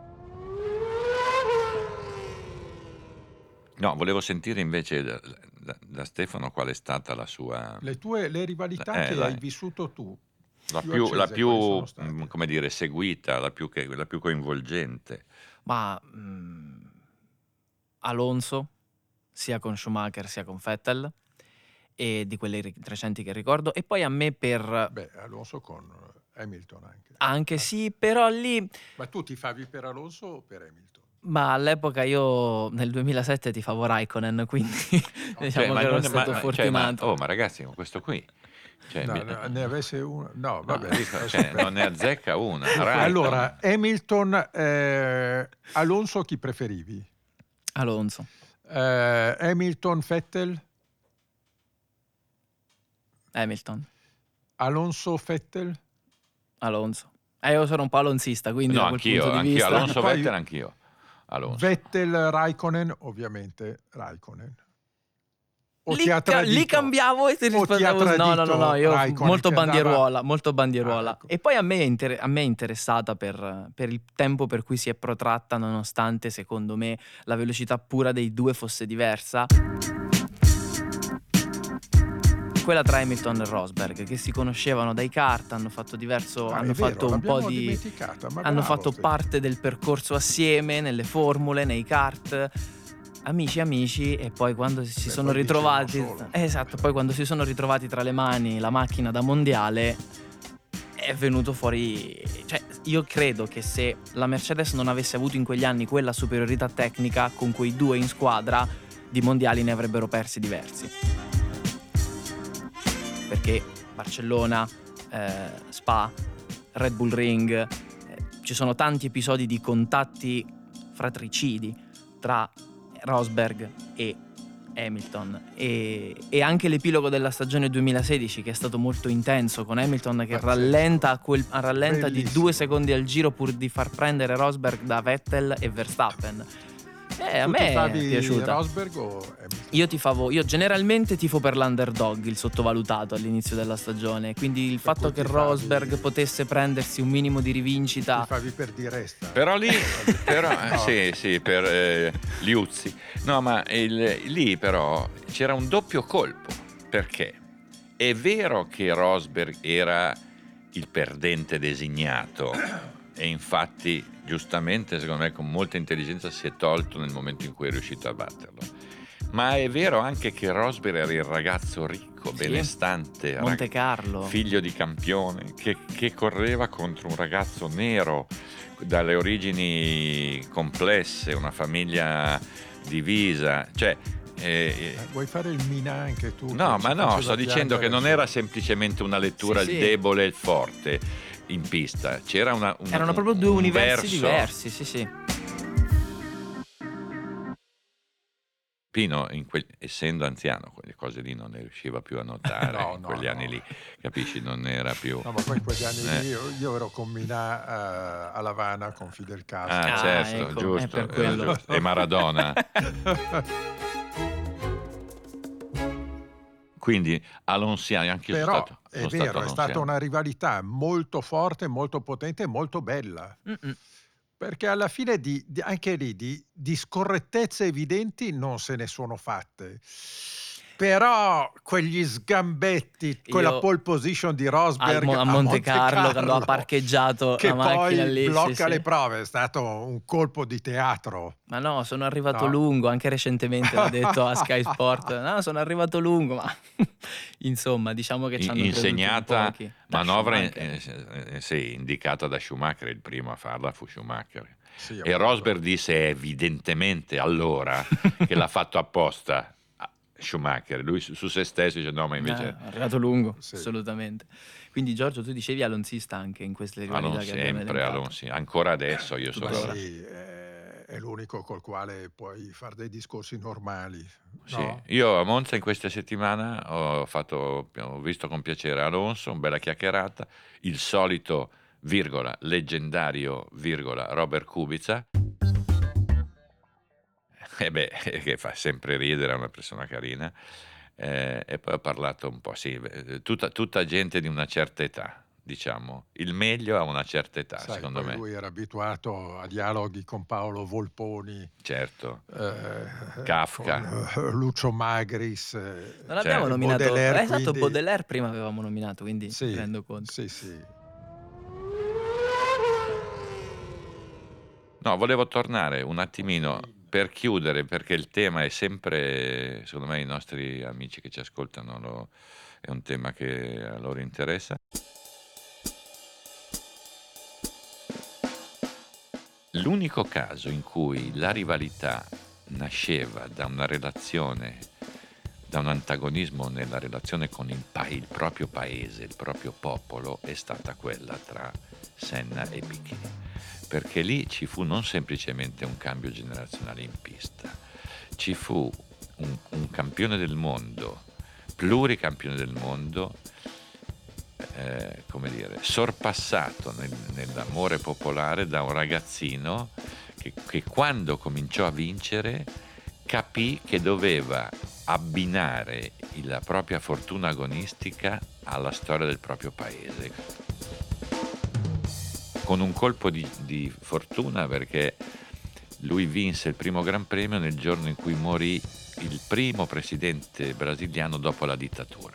No, volevo sentire invece da, da- da Stefano qual è stata la sua Le tue le rivalità Eh, che la- hai vissuto tu, la più più, la accese, più, quali sono state? mm, come dire, seguita, la più, che- la più coinvolgente. Ma mm, Alonso, sia con Schumacher sia con Vettel, e di quelle ri- recenti che ricordo. E poi a me per... Beh, Alonso con Hamilton anche. Anche Ah, sì, però lì... Ma tu ti favi per Alonso o per Hamilton? Ma all'epoca io nel duemilasette tifavo Raikkonen, quindi diciamo Cioè, che ma ero non- stato ma- cioè, ma- fortunato. oh, ma ragazzi, con questo qui. Cioè, No, mi- no, ne avesse uno. No, no, vabbè. dico, lascia cioè, perdere. non ne azzecca una. Raikkonen. Allora, Hamilton, eh, Alonso chi preferivi? Alonso. Eh, Hamilton, Vettel? Hamilton. Alonso, Vettel? Alonso. Eh, io sono un po' alonsista, quindi No, da quel anch'io, punto di anch'io. vista... Alonso, Poi- Vettel, anch'io. Alonso. Vettel, Raikkonen, ovviamente Raikkonen. O Lì, ti ha ca- tradito? lì cambiavo e ti O ti ha rispondevo no, no, no, no, tradito io Raikkonen molto che andava- bandieruola, molto bandieruola. Ah, ecco. E poi a me, è inter- a me è interessata per, per il tempo per cui si è protratta, nonostante secondo me la velocità pura dei due fosse diversa. Quella tra Hamilton e Rosberg, che si conoscevano dai kart, hanno fatto diverso, Ah, hanno è vero, fatto un po' l'abbiamo di... dimenticata, ma hanno bravo, fatto sì. parte del percorso assieme, nelle formule, nei kart, amici amici, e poi quando si Beh, sono poi dici ritrovati uno solo. eh, esatto, poi quando si sono ritrovati tra le mani la macchina da mondiale è venuto fuori, cioè io credo che se la Mercedes non avesse avuto in quegli anni quella superiorità tecnica, con quei due in squadra di mondiali ne avrebbero persi diversi, perché Barcellona, eh, Spa, Red Bull Ring, eh, ci sono tanti episodi di contatti fratricidi tra Rosberg e Hamilton, e, e anche l'epilogo della stagione duemilasedici, che è stato molto intenso, con Hamilton che Pazzesco. rallenta, a quel, a rallenta di Bellissimo. due secondi al giro pur di far prendere Rosberg da Vettel e Verstappen. Eh, a Tu me ti è favi piaciuta. Rosberg o Hamilton? Io tifavo, io generalmente tifo per l'underdog, il sottovalutato all'inizio della stagione, quindi il Per fatto cui che ti favi- Rosberg potesse prendersi un minimo di rivincita. Ti favi per di resta. Però lì, però, eh, No. sì, sì, per eh, Liuzzi. No, ma il- lì però c'era un doppio colpo. Perché è vero che Rosberg era il perdente designato e infatti giustamente, secondo me, con molta intelligenza si è tolto nel momento in cui è riuscito a batterlo. Ma è vero anche che Rosberg era il ragazzo ricco, Sì. benestante, rag- Monte Carlo. figlio di campione, che, che correva contro un ragazzo nero dalle origini complesse, una famiglia divisa, cioè eh, Eh, Vuoi fare il mina anche tu? no, che ma ci no, faceva sto dicendo che piangere? non era semplicemente una lettura Sì, il sì. debole e il forte in pista, c'era una, un, Erano proprio due un universi verso. diversi, sì sì. Pino, in que- essendo anziano, quelle cose lì non ne riusciva più a notare No, in no, quegli no. anni lì, capisci? Non era più... No, ma poi in quegli anni Eh. lì io, io ero con Mina eh, a L'Havana con Fidel Castro. Ah, Ah, certo, ecco, giusto, è per era quello. giusto. E Maradona. Quindi alonsiani, anche io sono Però stato, è sono vero, stato è stata alonsiano. una rivalità molto forte, molto potente e molto bella. Mm-mm. Perché alla fine di, di- anche lì di, di scorrettezze evidenti non se ne sono fatte. Però quegli sgambetti, quella Io- pole position di Al Rosberg Mo- a Monte Carlo, quando ha parcheggiato che la macchina poi lì, sì, blocca sì. le prove, è stato un colpo di teatro. Ma no, sono arrivato No. lungo, anche recentemente l'ha detto a Sky Sport. No, sono arrivato lungo, ma insomma, diciamo che ci hanno creduto in Insegnata pochi. Da manovra in- Schumacher. eh, eh, sì, indicata da Schumacher, il primo a farla fu Schumacher. Sì, E appunto. Rosberg disse evidentemente allora che l'ha fatto apposta a Schumacher. Lui su, su se stesso dice no, ma invece Eh, è arrivato lungo, Sì. assolutamente. Quindi Giorgio, tu dicevi alonsista anche in queste rivalità Alonso che abbiamo sempre, elencato. Alonso, ancora adesso io Tutto sono... Ma ora. sì, è, è l'unico col quale puoi fare dei discorsi normali. Sì. No? Io a Monza in questa settimana ho, fatto, ho visto con piacere Alonso, una bella chiacchierata, il solito, virgola, leggendario, virgola, Robert Kubica, e beh, che fa sempre ridere, è una persona carina, eh, e poi ho parlato un po', sì, beh, tutta, tutta gente di una certa età, diciamo, il meglio a una certa età, Sai, secondo poi me, lui era abituato a dialoghi con Paolo Volponi, certo. eh, Kafka. con, eh, Lucio Magris. eh, Non abbiamo Certo. nominato Baudelaire, eh, esatto, quindi- Baudelaire prima avevamo nominato, quindi Sì, mi rendo conto. sì, sì. No, volevo tornare un attimino per chiudere, perché il tema è sempre, secondo me i nostri amici che ci ascoltano lo, è un tema che a loro interessa. L'unico caso in cui la rivalità nasceva da una relazione, da un antagonismo nella relazione con il, pa- il proprio paese, il proprio popolo, è stata quella tra Senna e Piquet, perché lì ci fu non semplicemente un cambio generazionale in pista, ci fu un, un campione del mondo, pluricampione del mondo, eh, come dire, sorpassato nel, nell'amore popolare da un ragazzino che, che quando cominciò a vincere capì che doveva abbinare la propria fortuna agonistica alla storia del proprio paese, con un colpo di, di fortuna, perché lui vinse il primo Gran Premio nel giorno in cui morì il primo presidente brasiliano dopo la dittatura.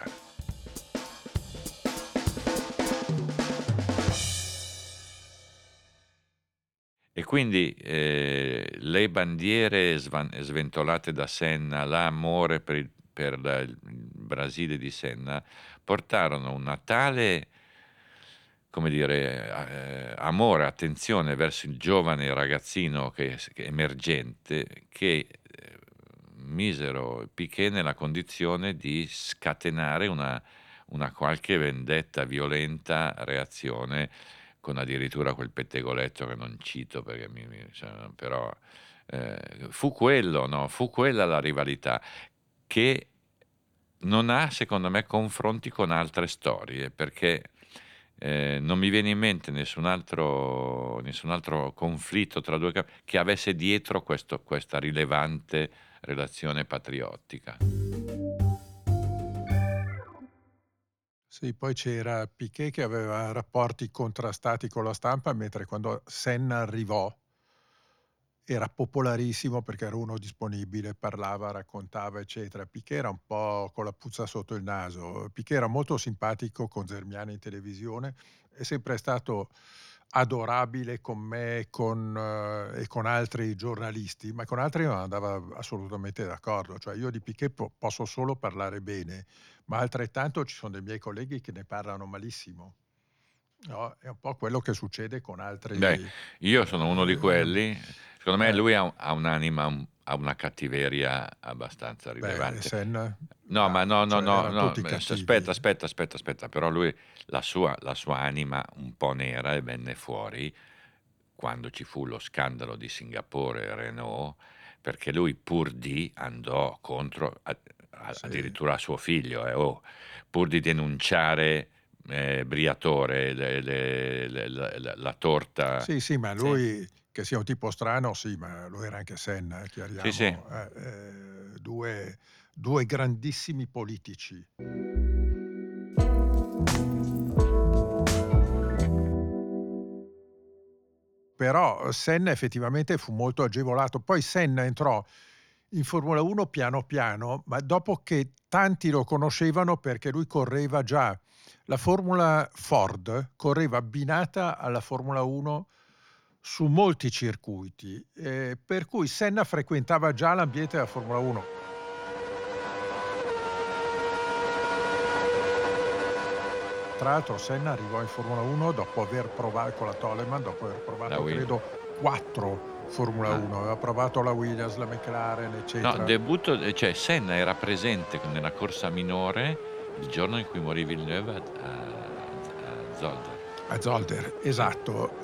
E quindi eh, le bandiere svan- sventolate da Senna, l'amore per il, per la- il Brasile di Senna, portarono una tale, come dire, eh, amore, attenzione verso il giovane ragazzino che, che è emergente, che eh, misero Piquet nella condizione di scatenare una, una qualche vendetta, violenta reazione, con addirittura quel pettegoletto che non cito perché mi, mi- cioè, però eh, fu quello, no? Fu quella la rivalità che non ha, secondo me, confronti con altre storie, perché eh, non mi viene in mente nessun altro, nessun altro conflitto tra due campi che avesse dietro questo- questa rilevante relazione patriottica. Sì, poi c'era Piquet che aveva rapporti contrastati con la stampa, mentre quando Senna arrivò era popolarissimo perché era uno disponibile, parlava, raccontava, eccetera. Piquet era un po' con la puzza sotto il naso. Piquet era molto simpatico con Zermiani in televisione, è sempre stato adorabile con me con, eh, e con altri giornalisti, ma con altri non andava assolutamente d'accordo. Cioè io di Piquet po- posso solo parlare bene, ma altrettanto ci sono dei miei colleghi che ne parlano malissimo. No? È un po' quello che succede con Beh, altri. io sono uno di eh, quelli, secondo me eh, lui ha, un- ha un'anima, un- ha una cattiveria abbastanza Beh, rilevante. Senna, No, ma dai, no, no, cioè no, erano no, tutti aspetta, cattivi. aspetta, aspetta, aspetta, però lui, la sua, la sua anima un po' nera e venne fuori quando ci fu lo scandalo di Singapore e Renault, perché lui pur di andò contro a- a- Sì, addirittura a suo figlio, eh, oh, pur di denunciare eh, Briatore, le- le- le- la, la- la torta. sì, sì, ma Sì. lui che sia un tipo strano, sì, ma lo era anche Senna, eh, Sì, sì. chiariamo. eh, eh, due, due grandissimi politici. Però Senna effettivamente fu molto agevolato. Poi Senna entrò in Formula uno piano piano, ma dopo che tanti lo conoscevano perché lui correva già. La Formula Ford correva abbinata alla Formula uno su molti circuiti, eh, per cui Senna frequentava già l'ambiente della Formula uno. Tra l'altro Senna arrivò in Formula uno dopo aver provato con la Toleman, dopo aver La provato Williams. credo quattro Formula Ah. uno, aveva provato la Williams, la McLaren, No, eccetera. debutto, cioè Senna era presente nella corsa minore il giorno in cui morì Villeneuve a, a, a Zolder. A Zolder, esatto.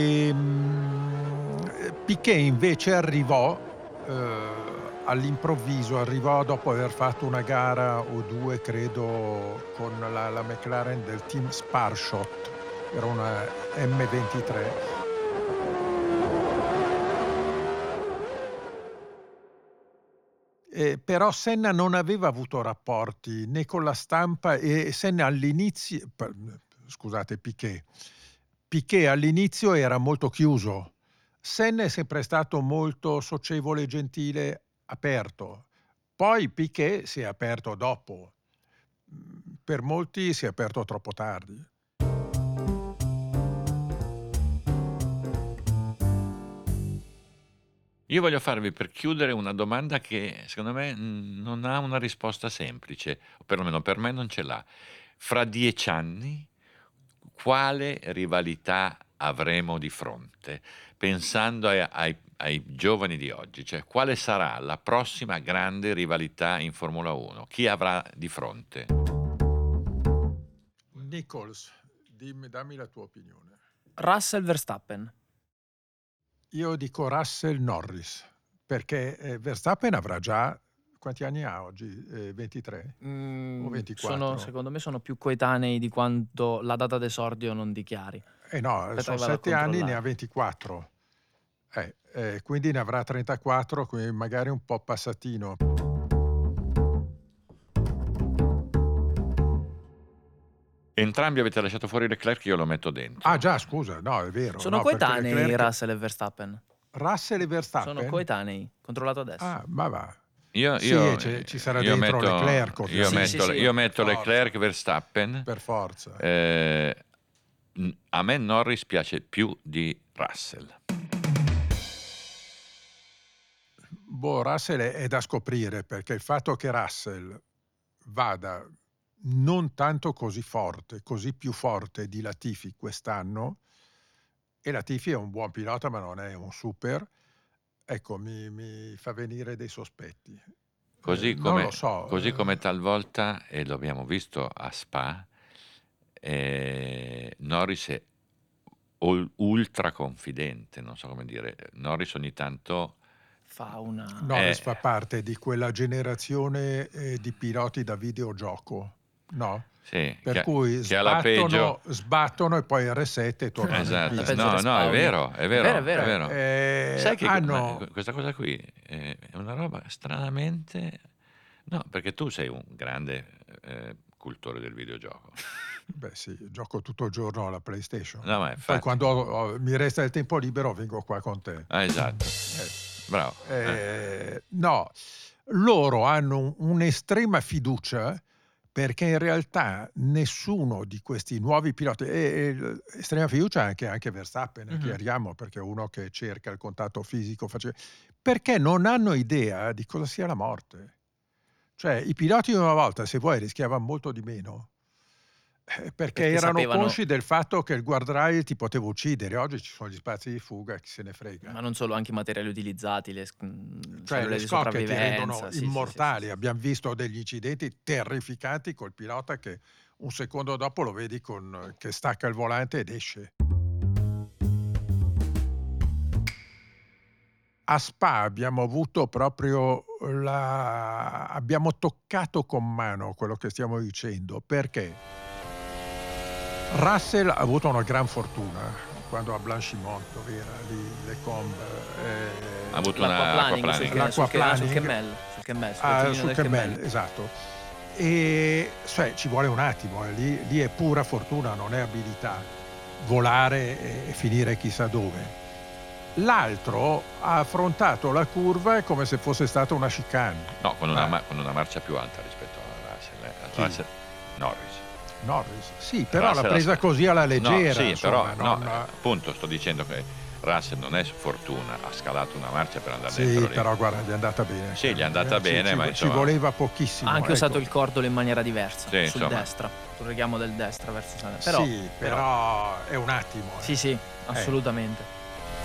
Ehm, Piquet invece arrivò eh, all'improvviso, arrivò dopo aver fatto una gara o due, credo, con la, la McLaren del team Sparshot, era una M ventitré. Eh, però Senna non aveva avuto rapporti né con la stampa e Senna all'inizio, pa- scusate, Piquet, Piquet all'inizio era molto chiuso. Senna è sempre stato molto socievole, gentile, aperto. Poi Piquet si è aperto dopo. Mm, Per molti si è aperto troppo tardi. Io voglio farvi per chiudere una domanda che secondo me mh, non ha una risposta semplice, o perlomeno per me non ce l'ha. Fra dieci anni, quale rivalità avremo di fronte? Pensando ai, ai- ai giovani di oggi, cioè quale sarà la prossima grande rivalità in Formula uno? Chi avrà di fronte? Nichols, dimmi, dammi la tua opinione. Russell Verstappen. Io dico Russell Norris, perché eh, Verstappen avrà già, quanti anni ha oggi? Eh, ventitré o Mm, ventiquattro? sono, secondo me sono più coetanei di quanto la data d'esordio non dichiari. Eh no, Aspetta sono che vado a sette anni, ne controllare. ha ventiquattro. Eh, eh, quindi ne avrà trentaquattro, quindi magari un po' passatino. Entrambi avete lasciato fuori Leclerc, io lo metto dentro. Ah già, scusa, no, è vero. Sono no, perché coetanei Leclerc- Russell e Verstappen. Russell e Verstappen? Sono coetanei, controllato adesso. Ah, ma va. Io, Sì, io- e c'è- ci sarà io dentro metto, Leclerc, io ovviamente. metto, Sì, sì, sì. io metto Per forza. Leclerc, Verstappen. Per forza. Eh, n- a me Norris piace più di Russell. Boh, Russell è, è da scoprire, perché il fatto che Russell vada non tanto così forte, così più forte di Latifi quest'anno, e Latifi è un buon pilota ma non è un super, ecco, mi, mi fa venire dei sospetti. Così Eh, non come, lo so. così eh, come talvolta, e lo abbiamo visto a Spa, eh, Norris è ul- ultra confidente, non so come dire. Norris ogni tanto Fa una... Norris eh, fa parte di quella generazione eh, di piloti da videogioco, no? sì, Per che, cui che alla peggio. sbattono, sbattono e poi R sette e tornano in Esatto, pista. peggio no, no, è respawni. vero, è vero, È vero, è vero. Eh, Sai che hanno- ma questa cosa qui è è una roba stranamente... No, perché tu sei un grande eh, cultore del videogioco. Beh sì, gioco tutto il giorno alla PlayStation. No, ma Poi infatti. quando ho- ho- mi resta il tempo libero vengo qua con te. Ah, esatto, Eh, bravo. eh. eh, no, loro hanno un- un'estrema fiducia, perché in realtà nessuno di questi nuovi piloti, e, e l- estrema fiducia anche, anche Verstappen, Mhm. chiariamo, perché è uno che cerca il contatto fisico, face- perché non hanno idea di cosa sia la morte. Cioè, i piloti di una volta, se vuoi, rischiavano molto di meno, eh, perché, Perché erano sapevano- consci del fatto che il guardrail ti poteva uccidere. Oggi ci sono gli spazi di fuga, chi se ne frega. Ma non solo, anche i materiali utilizzati, le mm, Cioè, cellule le di scocche ti sopravvivenza. rendono sì, sì, sì, immortali. sì, sì. Abbiamo visto degli incidenti terrificanti col pilota che un secondo dopo lo vedi con, che stacca il volante ed esce. A Spa abbiamo avuto proprio la... abbiamo toccato con mano quello che stiamo dicendo, perché Russell ha avuto una gran fortuna quando a Blanchimont, dove era lì, le combe, Ha avuto L'acquaplaning una sul, acquaplaning. sul, sul, L'acquaplaning. Kemmel, sul Kemmel, sul Ah, rettilineo sul del Kemmel, Kemmel. esatto. E cioè, ci vuole un attimo, eh, lì, lì è pura fortuna, non è abilità. Volare e, e finire chissà dove. L'altro ha affrontato la curva come se fosse stata una chicane. No, con una, Eh. ma- con una marcia più alta rispetto a Russell. eh. Chi? Russell- Norris. Norris, sì, però Russell l'ha ha- presa così alla leggera. No, sì, insomma, però no, non- eh, appunto sto dicendo che Russell non è fortuna, ha scalato una marcia per andare Sì, dentro lì. però guarda, gli è andata bene. Sì, gli è andata Eh, bene, ci, ma ci insomma- voleva pochissimo. Ha anche ecco. usato il cordolo in maniera diversa, Sì, sul insomma. destra, sul richiamo del destra verso sinistra. Però, sì, però, è un attimo. eh. Sì, sì, assolutamente.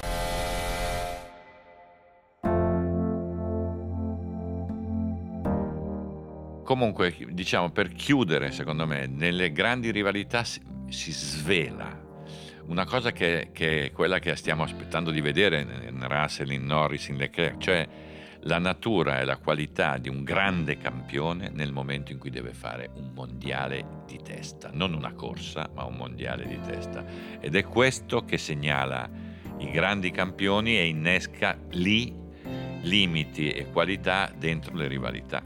Comunque, diciamo, per chiudere, secondo me, nelle grandi rivalità si, si svela una cosa che, che è quella che stiamo aspettando di vedere in Russell, in Norris, in Leclerc, cioè la natura e la qualità di un grande campione nel momento in cui deve fare un mondiale di testa, non una corsa, ma un mondiale di testa. Ed è questo che segnala i grandi campioni e innesca lì limiti e qualità dentro le rivalità.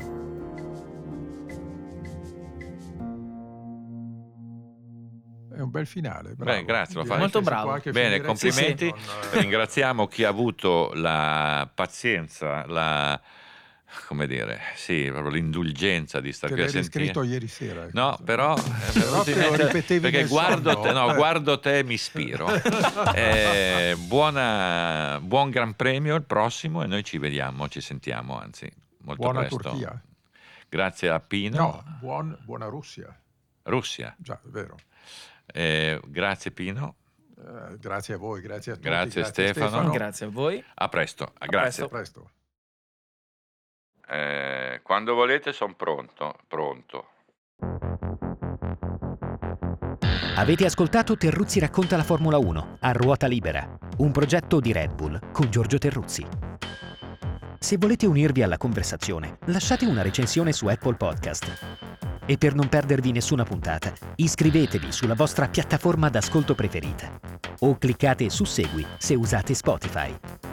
È un bel finale. Bravo. Beh, grazie, lo Direi fai. Molto che si bravo. può anche Bene, finire complimenti. con, eh, Ringraziamo chi ha avuto la pazienza, la come dire, sì, proprio l'indulgenza di star Che qui a l'hai sentire. riscritto ieri sera. ecco, No, insomma. però, è Però venuto te in lo mente ripetevi perché nel guardo sonno. te, no, Eh. guardo te e mi ispiro. Eh, buona, buon Gran Premio il prossimo e noi ci vediamo, ci sentiamo, anzi, molto Buona presto. Turchia. Grazie a Pino. No, buon, buona Russia. Russia. Già, è vero. Eh, grazie Pino. Eh, grazie a voi, grazie a tutti. Grazie, Stefano. Grazie a voi. A presto. A Grazie. A presto. Eh, quando volete sono pronto. Pronto. Avete ascoltato Terruzzi racconta la Formula uno a ruota libera, un progetto di Red Bull con Giorgio Terruzzi. Se volete unirvi alla conversazione, lasciate una recensione su Apple Podcast. E per non perdervi nessuna puntata, iscrivetevi sulla vostra piattaforma d'ascolto preferita o cliccate su Segui se usate Spotify.